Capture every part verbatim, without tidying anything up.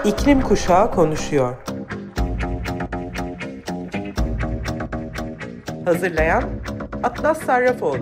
İklim Kuşağı konuşuyor. Hazırlayan Atlas Sarrafoğlu.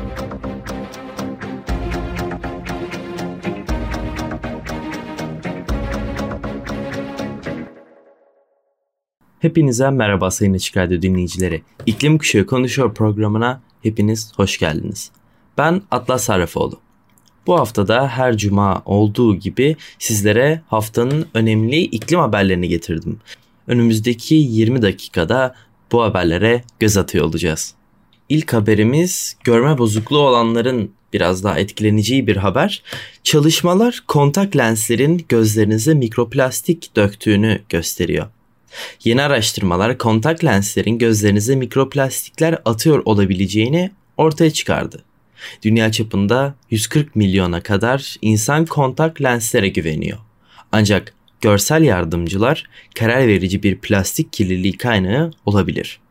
Hepinize merhaba sayın Açık Radyo dinleyicileri. İklim Kuşağı konuşuyor programına hepiniz hoş geldiniz. Ben Atlas Sarrafoğlu. Bu haftada her cuma olduğu gibi sizlere haftanın önemli iklim haberlerini getirdim. Önümüzdeki yirmi dakikada bu haberlere göz atıyor olacağız. İlk haberimiz görme bozukluğu olanların biraz daha etkileneceği bir haber. Çalışmalar kontak lenslerin gözlerinize mikroplastik döktüğünü gösteriyor. Yeni araştırmalar kontak lenslerin gözlerinize mikroplastikler atıyor olabileceğini ortaya çıkardı. Dünya çapında yüz kırk milyona kadar insan kontak lenslere güveniyor. Ancak görsel yardımcılar karar verici bir plastik kirliliği kaynağı olabilir.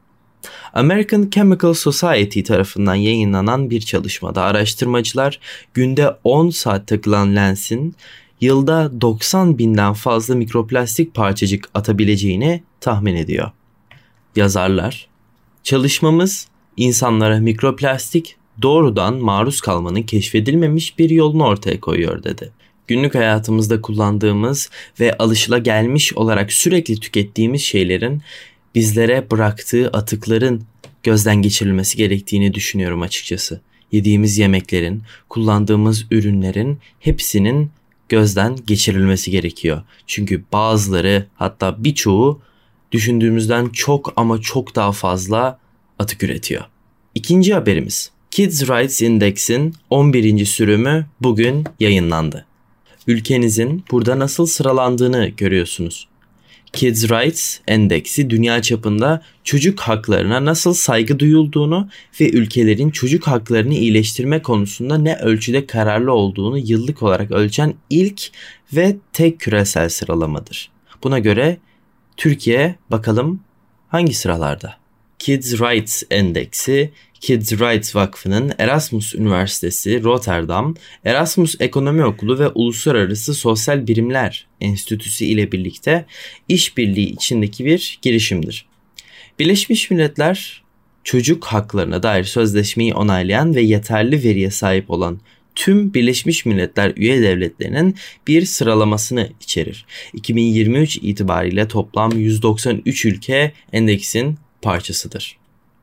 American Chemical Society tarafından yayınlanan bir çalışmada araştırmacılar günde on saat takılan lensin yılda doksan binden fazla mikroplastik parçacık atabileceğini tahmin ediyor. Yazarlar, çalışmamız insanlara mikroplastik doğrudan maruz kalmanın keşfedilmemiş bir yolunu ortaya koyuyor dedi. Günlük hayatımızda kullandığımız ve alışılagelmiş olarak sürekli tükettiğimiz şeylerin bizlere bıraktığı atıkların gözden geçirilmesi gerektiğini düşünüyorum açıkçası. Yediğimiz yemeklerin, kullandığımız ürünlerin hepsinin gözden geçirilmesi gerekiyor. Çünkü bazıları, hatta birçoğu düşündüğümüzden çok ama çok daha fazla atık üretiyor. İkinci haberimiz. Kids Rights Index'in on birinci sürümü bugün yayınlandı. Ülkenizin burada nasıl sıralandığını görüyorsunuz. Kids Rights Endeksi dünya çapında çocuk haklarına nasıl saygı duyulduğunu ve ülkelerin çocuk haklarını iyileştirme konusunda ne ölçüde kararlı olduğunu yıllık olarak ölçen ilk ve tek küresel sıralamadır. Buna göre Türkiye bakalım hangi sıralarda? Kids Rights Endeksi, Kids Rights Vakfı'nın Erasmus Üniversitesi Rotterdam, Erasmus Ekonomi Okulu ve Uluslararası Sosyal Bilimler Enstitüsü ile birlikte işbirliği içindeki bir girişimdir. Birleşmiş Milletler, çocuk haklarına dair sözleşmeyi onaylayan ve yeterli veriye sahip olan tüm Birleşmiş Milletler üye devletlerinin bir sıralamasını içerir. iki bin yirmi üç itibariyle toplam yüz doksan üç ülke endeksin parçasıdır.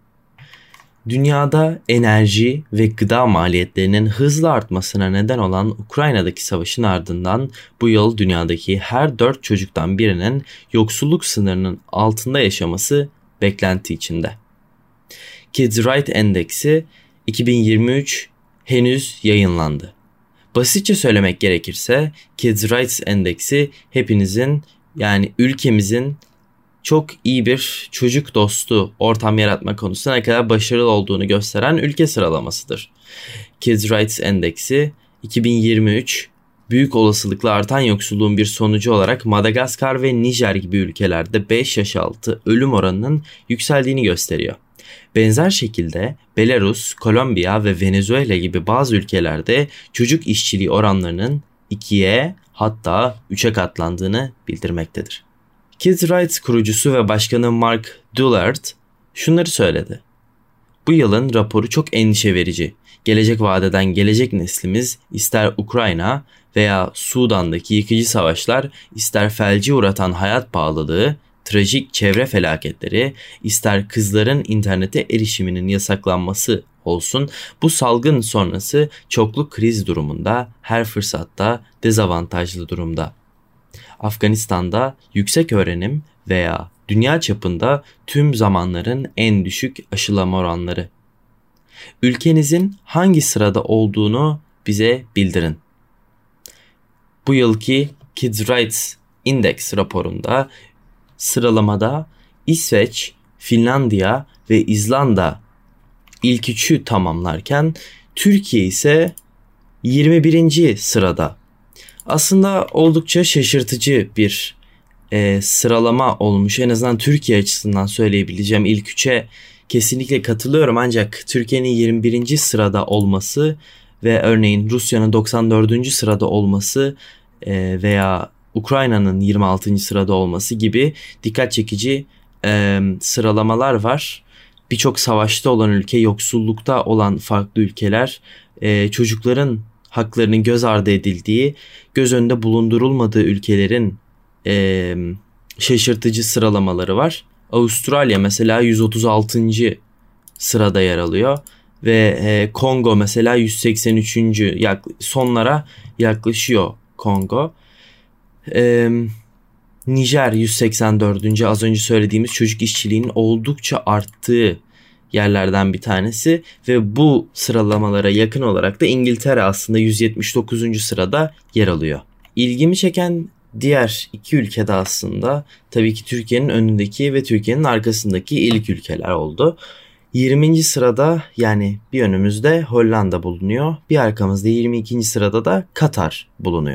Dünyada enerji ve gıda maliyetlerinin hızla artmasına neden olan Ukrayna'daki savaşın ardından bu yıl dünyadaki her dört çocuktan birinin yoksulluk sınırının altında yaşaması beklenti içinde. Kids Rights Endeksi iki bin yirmi üç henüz yayınlandı. Basitçe söylemek gerekirse Kids Rights Endeksi hepinizin, yani ülkemizin çok iyi bir çocuk dostu ortam yaratma konusunda ne kadar başarılı olduğunu gösteren ülke sıralamasıdır. Kids Rights Endeksi iki bin yirmi üç büyük olasılıkla artan yoksulluğun bir sonucu olarak Madagaskar ve Nijer gibi ülkelerde beş yaş altı ölüm oranının yükseldiğini gösteriyor. Benzer şekilde Belarus, Kolombiya ve Venezuela gibi bazı ülkelerde çocuk işçiliği oranlarının ikiye hatta üçe katlandığını bildirmektedir. Kids Rights kurucusu ve başkanı Mark Dillard şunları söyledi. Bu yılın raporu çok endişe verici. Gelecek vadeden gelecek neslimiz ister Ukrayna veya Sudan'daki yıkıcı savaşlar, ister felci uğratan hayat pahalılığı, trajik çevre felaketleri, ister kızların internete erişiminin yasaklanması olsun, bu salgın sonrası çoklu kriz durumunda her fırsatta dezavantajlı durumda. Afganistan'da yüksek öğrenim veya dünya çapında tüm zamanların en düşük aşılama oranları. Ülkenizin hangi sırada olduğunu bize bildirin. Bu yılki Kids Rights Index raporunda sıralamada İsveç, Finlandiya ve İzlanda ilk üçü tamamlarken Türkiye ise yirmi birinci sırada. Aslında oldukça şaşırtıcı bir e, sıralama olmuş. En azından Türkiye açısından söyleyebileceğim. İlk üçe kesinlikle katılıyorum, ancak Türkiye'nin yirmi birinci sırada olması ve örneğin Rusya'nın doksan dördüncü sırada olması e, veya Ukrayna'nın yirmi altıncı sırada olması gibi dikkat çekici e, sıralamalar var. Birçok savaşta olan ülke, yoksullukta olan farklı ülkeler, e, çocukların haklarının göz ardı edildiği, göz önünde bulundurulmadığı ülkelerin e, şaşırtıcı sıralamaları var. Avustralya mesela yüz otuz altıncı sırada yer alıyor ve e, Kongo mesela yüz seksen üçüncü yak- sonlara yaklaşıyor Kongo. E, Nijer yüz seksen dördüncü az önce söylediğimiz çocuk işçiliğinin oldukça arttığı yerlerden bir tanesi ve bu sıralamalara yakın olarak da İngiltere aslında yüz yetmiş dokuzuncu sırada yer alıyor. İlgimi çeken diğer iki ülkede aslında tabii ki Türkiye'nin önündeki ve Türkiye'nin arkasındaki ilk ülkeler oldu. yirminci sırada, yani bir önümüzde Hollanda bulunuyor. Bir arkamızda yirmi ikinci sırada da Katar bulunuyor.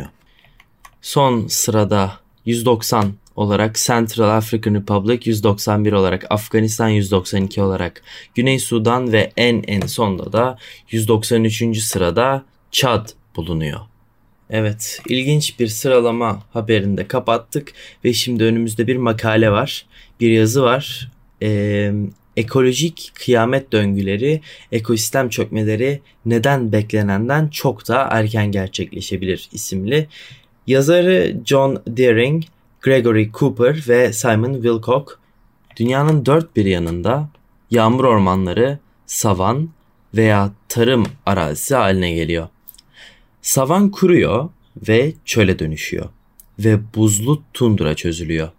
Son sırada yüz doksan olarak Central African Republic, yüz doksan bir olarak Afganistan, yüz doksan iki olarak Güney Sudan ve en en sonda da yüz doksan üçüncü sırada Çad bulunuyor. Evet, ilginç bir sıralama haberini de kapattık ve şimdi önümüzde bir makale var, bir yazı var. Ee, ekolojik kıyamet döngüleri, ekosistem çökmeleri neden beklenenden çok daha erken gerçekleşebilir isimli. Yazarı John Deering, Gregory Cooper ve Simon Wilcock dünyanın dört bir yanında yağmur ormanları, savan veya tarım arazisi haline geliyor. Savan kuruyor ve çöle dönüşüyor ve buzlu tundra çözülüyor.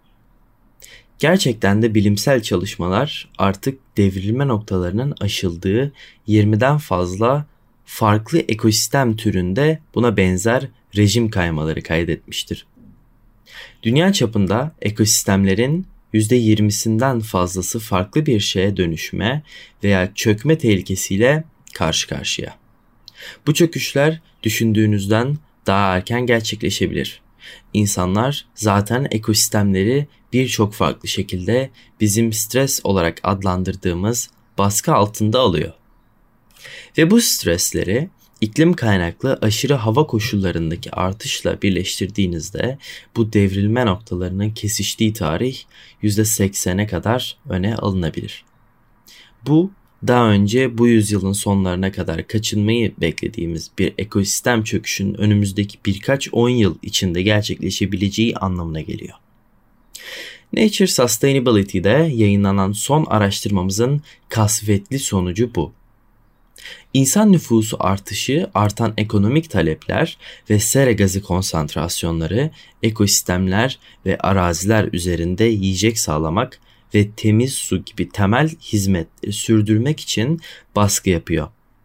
Gerçekten de bilimsel çalışmalar artık devrilme noktalarının aşıldığı yirmiden fazla farklı ekosistem türünde buna benzer rejim kaymaları kaydetmiştir. Dünya çapında ekosistemlerin yüzde yirmisinden fazlası farklı bir şeye dönüşme veya çökme tehlikesiyle karşı karşıya. Bu çöküşler düşündüğünüzden daha erken gerçekleşebilir. İnsanlar zaten ekosistemleri birçok farklı şekilde bizim stres olarak adlandırdığımız baskı altında alıyor. Ve bu stresleri iklim kaynaklı aşırı hava koşullarındaki artışla birleştirdiğinizde bu devrilme noktalarının kesiştiği tarih yüzde seksene kadar öne alınabilir. Bu daha önce bu yüzyılın sonlarına kadar kaçınmayı beklediğimiz bir ekosistem çöküşünün önümüzdeki birkaç on yıl içinde gerçekleşebileceği anlamına geliyor. Nature Sustainability'de yayınlanan son araştırmamızın kasvetli sonucu bu. İnsan nüfusu artışı, artan ekonomik talepler ve sera gazı konsantrasyonları ekosistemler ve araziler üzerinde yiyecek sağlamak ve temiz su gibi temel hizmetleri sürdürmek için baskı yapıyor.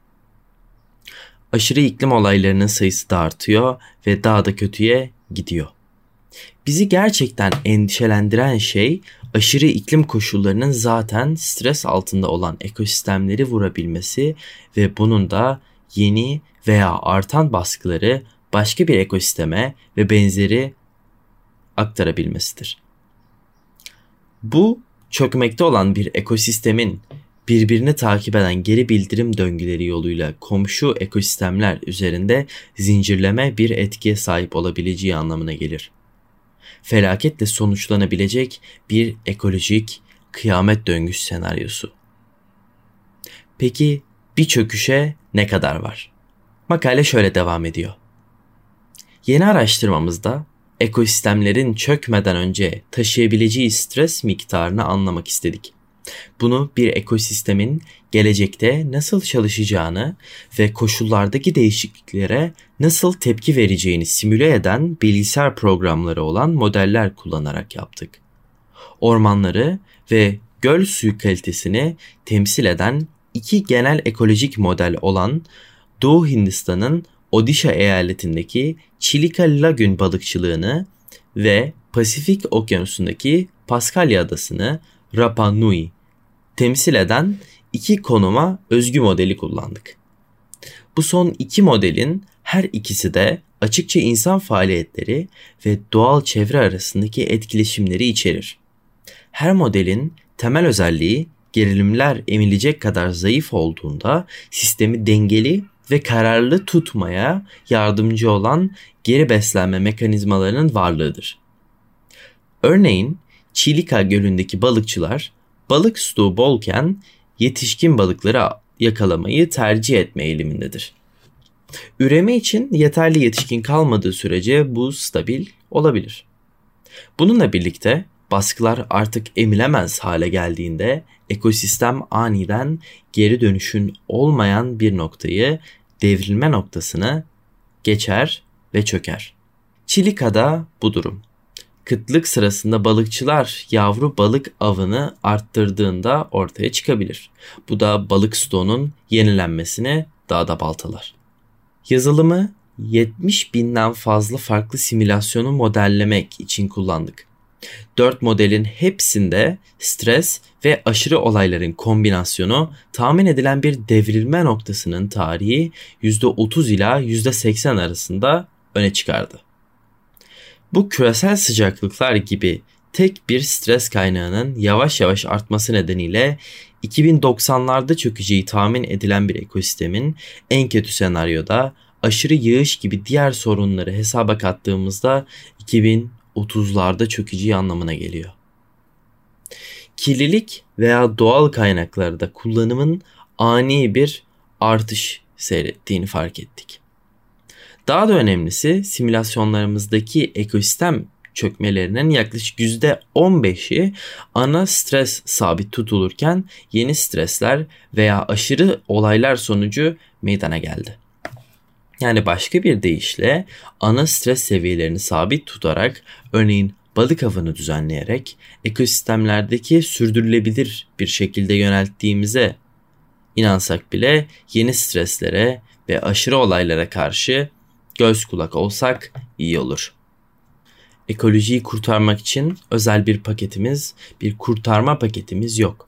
Aşırı iklim olaylarının sayısı da artıyor ve daha da kötüye gidiyor. Bizi gerçekten endişelendiren şey aşırı iklim koşullarının zaten stres altında olan ekosistemleri vurabilmesi ve bunun da yeni veya artan baskıları başka bir ekosisteme ve benzeri aktarabilmesidir. Bu çökmekte olan bir ekosistemin birbirini takip eden geri bildirim döngüleri yoluyla komşu ekosistemler üzerinde zincirleme bir etkiye sahip olabileceği anlamına gelir. Felaketle sonuçlanabilecek bir ekolojik kıyamet döngüsü senaryosu. Peki bir çöküşe ne kadar var? Makale şöyle devam ediyor. Yeni araştırmamızda ekosistemlerin çökmeden önce taşıyabileceği stres miktarını anlamak istedik. Bunu bir ekosistemin gelecekte nasıl çalışacağını ve koşullardaki değişikliklere nasıl tepki vereceğini simüle eden bilgisayar programları olan modeller kullanarak yaptık. Ormanları ve göl suyu kalitesini temsil eden iki genel ekolojik model olan Doğu Hindistan'ın Odisha eyaletindeki Chilika Lagoon balıkçılığını ve Pasifik Okyanusu'ndaki Paskalya Adası'nı Rapa Nui temsil eden iki konuma özgü modeli kullandık. Bu son iki modelin her ikisi de açıkça insan faaliyetleri ve doğal çevre arasındaki etkileşimleri içerir. Her modelin temel özelliği gerilimler emilecek kadar zayıf olduğunda sistemi dengeli ve kararlı tutmaya yardımcı olan geri beslenme mekanizmalarının varlığıdır. Örneğin Chilika Gölü'ndeki balıkçılar balık stoğu bolken yetişkin balıkları yakalamayı tercih etme eğilimindedir. Üreme için yeterli yetişkin kalmadığı sürece bu stabil olabilir. Bununla birlikte baskılar artık emilemez hale geldiğinde ekosistem aniden geri dönüşün olmayan bir noktayı, devrilme noktasını geçer ve çöker. Chilika'da bu durum. Kıtlık sırasında balıkçılar yavru balık avını arttırdığında ortaya çıkabilir. Bu da balık stoğunun yenilenmesini daha da baltalar. Yazılımı yetmiş binden fazla farklı simülasyonu modellemek için kullandık. Dört modelin hepsinde stres ve aşırı olayların kombinasyonu tahmin edilen bir devrilme noktasının tarihi yüzde otuz ila yüzde seksen arasında öne çıkardı. Bu küresel sıcaklıklar gibi tek bir stres kaynağının yavaş yavaş artması nedeniyle iki bin doksanlarda çökeceği tahmin edilen bir ekosistemin en kötü senaryoda aşırı yağış gibi diğer sorunları hesaba kattığımızda iki bin otuzlarda çökeceği anlamına geliyor. Kirlilik veya doğal kaynaklarda kullanımın ani bir artış seyrettiğini fark ettik. Daha da önemlisi simülasyonlarımızdaki ekosistem çökmelerinin yaklaşık yüzde on beşi ana stres sabit tutulurken yeni stresler veya aşırı olaylar sonucu meydana geldi. Yani başka bir deyişle ana stres seviyelerini sabit tutarak, örneğin balık avını düzenleyerek ekosistemlerdeki sürdürülebilir bir şekilde yönelttiğimize inansak bile yeni streslere ve aşırı olaylara karşı göz kulak olsak iyi olur. Ekolojiyi kurtarmak için özel bir paketimiz, bir kurtarma paketimiz yok.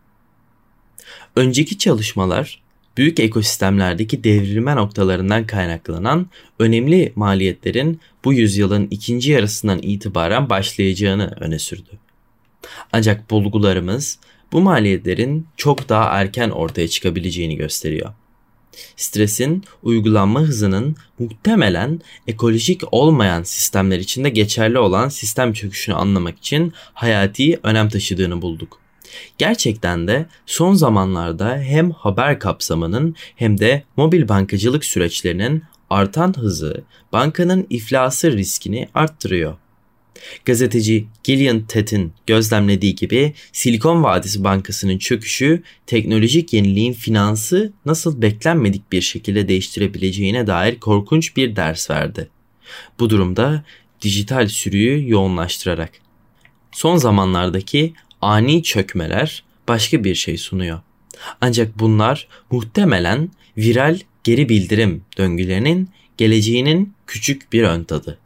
Önceki çalışmalar büyük ekosistemlerdeki devrilme noktalarından kaynaklanan önemli maliyetlerin bu yüzyılın ikinci yarısından itibaren başlayacağını öne sürdü. Ancak bulgularımız bu maliyetlerin çok daha erken ortaya çıkabileceğini gösteriyor. Stresin uygulanma hızının muhtemelen ekolojik olmayan sistemler içinde geçerli olan sistem çöküşünü anlamak için hayati önem taşıdığını bulduk. Gerçekten de son zamanlarda hem haber kapsamının hem de mobil bankacılık süreçlerinin artan hızı bankanın iflası riskini arttırıyor. Gazeteci Gillian Tett'in gözlemlediği gibi Silikon Vadisi Bankası'nın çöküşü teknolojik yeniliğin finansı nasıl beklenmedik bir şekilde değiştirebileceğine dair korkunç bir ders verdi. Bu durumda dijital sürüyü yoğunlaştırarak. Son zamanlardaki ani çökmeler başka bir şey sunuyor. Ancak bunlar muhtemelen viral geri bildirim döngülerinin geleceğinin küçük bir ön tadı.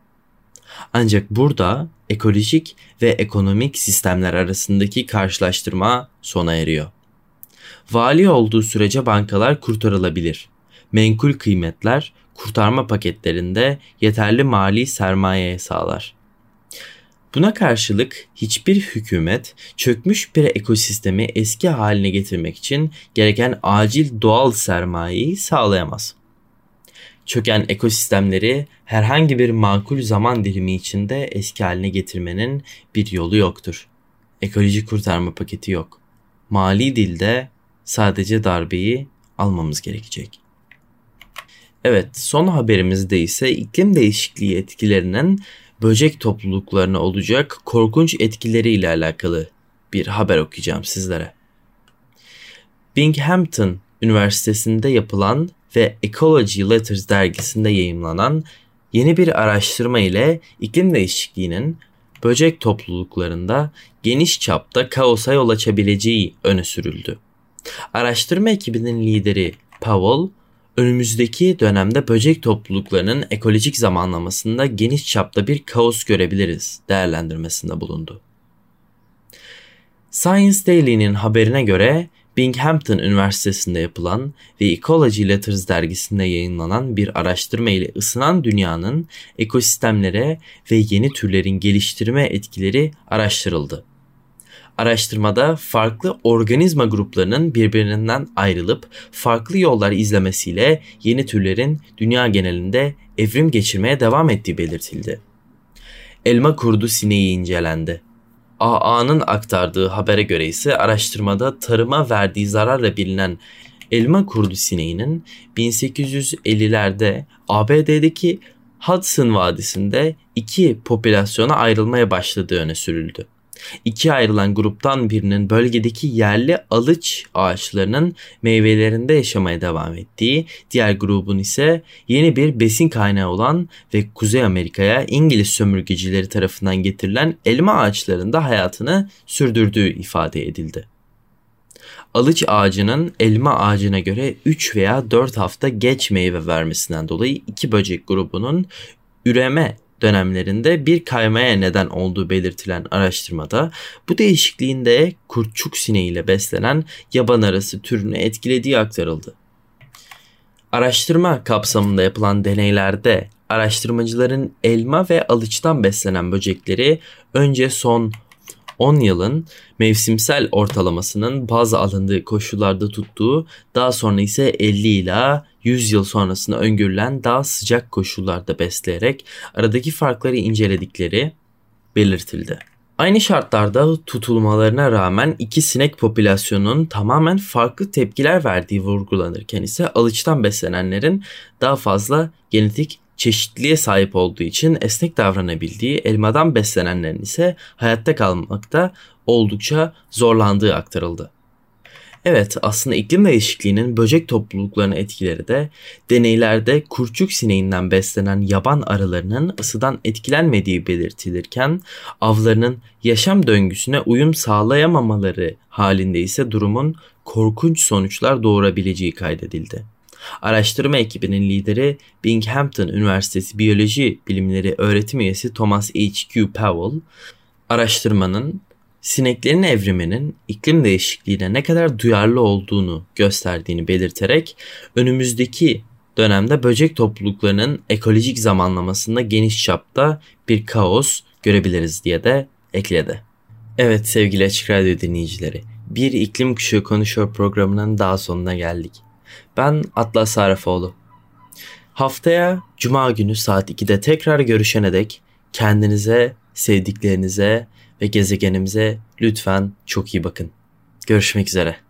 Ancak burada ekolojik ve ekonomik sistemler arasındaki karşılaştırma sona eriyor. Vali olduğu sürece bankalar kurtarılabilir. Menkul kıymetler kurtarma paketlerinde yeterli mali sermayeye sağlar. Buna karşılık hiçbir hükümet çökmüş bir ekosistemi eski haline getirmek için gereken acil doğal sermayeyi sağlayamaz. Çöken ekosistemleri herhangi bir makul zaman dilimi içinde eski haline getirmenin bir yolu yoktur. Ekolojik kurtarma paketi yok. Mali dilde sadece darbeyi almamız gerekecek. Evet, son haberimizde ise iklim değişikliği etkilerinin böcek topluluklarına olacak korkunç etkileriyle alakalı bir haber okuyacağım sizlere. Binghamton Üniversitesi'nde yapılan ve Ecology Letters dergisinde yayımlanan yeni bir araştırma ile iklim değişikliğinin böcek topluluklarında geniş çapta kaosa yol açabileceği öne sürüldü. Araştırma ekibinin lideri Powell, önümüzdeki dönemde böcek topluluklarının ekolojik zamanlamasında geniş çapta bir kaos görebiliriz değerlendirmesinde bulundu. Science Daily'nin haberine göre Binghamton Üniversitesi'nde yapılan ve Ecology Letters dergisinde yayınlanan bir araştırma ile ısınan dünyanın ekosistemlere ve yeni türlerin geliştirme etkileri araştırıldı. Araştırmada farklı organizma gruplarının birbirinden ayrılıp farklı yollar izlemesiyle yeni türlerin dünya genelinde evrim geçirmeye devam ettiği belirtildi. Elma kurdu sineği incelendi. A A'nın aktardığı habere göre ise araştırmada tarıma verdiği zararla bilinen elma kurdu sineğinin bin sekiz yüz ellilerde A B D'deki Hudson Vadisi'nde iki popülasyona ayrılmaya başladığı öne sürüldü. İkiye ayrılan gruptan birinin bölgedeki yerli alıç ağaçlarının meyvelerinde yaşamaya devam ettiği, diğer grubun ise yeni bir besin kaynağı olan ve Kuzey Amerika'ya İngiliz sömürgecileri tarafından getirilen elma ağaçlarında hayatını sürdürdüğü ifade edildi. Alıç ağacının elma ağacına göre üç veya dört hafta geç meyve vermesinden dolayı iki böcek grubunun üreme dönemlerinde bir kaymaya neden olduğu belirtilen araştırmada bu değişikliğin de kurtçuk sineğiyle beslenen yaban arısı türünü etkilediği aktarıldı. Araştırma kapsamında yapılan deneylerde araştırmacıların elma ve alıçtan beslenen böcekleri önce son on yılın mevsimsel ortalamasının baz alındığı koşullarda tuttuğu, daha sonra ise elli ila yüz yıl sonrasında öngörülen daha sıcak koşullarda besleyerek aradaki farkları inceledikleri belirtildi. Aynı şartlarda tutulmalarına rağmen iki sinek popülasyonunun tamamen farklı tepkiler verdiği vurgulanırken ise alıçtan beslenenlerin daha fazla genetik çeşitliliğe sahip olduğu için esnek davranabildiği, elmadan beslenenlerin ise hayatta kalmakta oldukça zorlandığı aktarıldı. Evet, aslında iklim değişikliğinin böcek topluluklarına etkileri de deneylerde kurtçuk sineğinden beslenen yaban arılarının ısıdan etkilenmediği belirtilirken avlarının yaşam döngüsüne uyum sağlayamamaları halinde ise durumun korkunç sonuçlar doğurabileceği kaydedildi. Araştırma ekibinin lideri Binghamton Üniversitesi Biyoloji Bilimleri öğretim üyesi Thomas H Q Powell, araştırmanın sineklerin evriminin iklim değişikliğine ne kadar duyarlı olduğunu gösterdiğini belirterek önümüzdeki dönemde böcek topluluklarının ekolojik zamanlamasında geniş çapta bir kaos görebiliriz diye de ekledi. Evet sevgili Açık Radyo dinleyicileri, bir iklim kuşağı konuşuyor programının daha sonuna geldik. Ben Atlas Sarrafoğlu. Haftaya Cuma günü saat ikide tekrar görüşene dek kendinize, sevdiklerinize ve gezegenimize lütfen çok iyi bakın. Görüşmek üzere.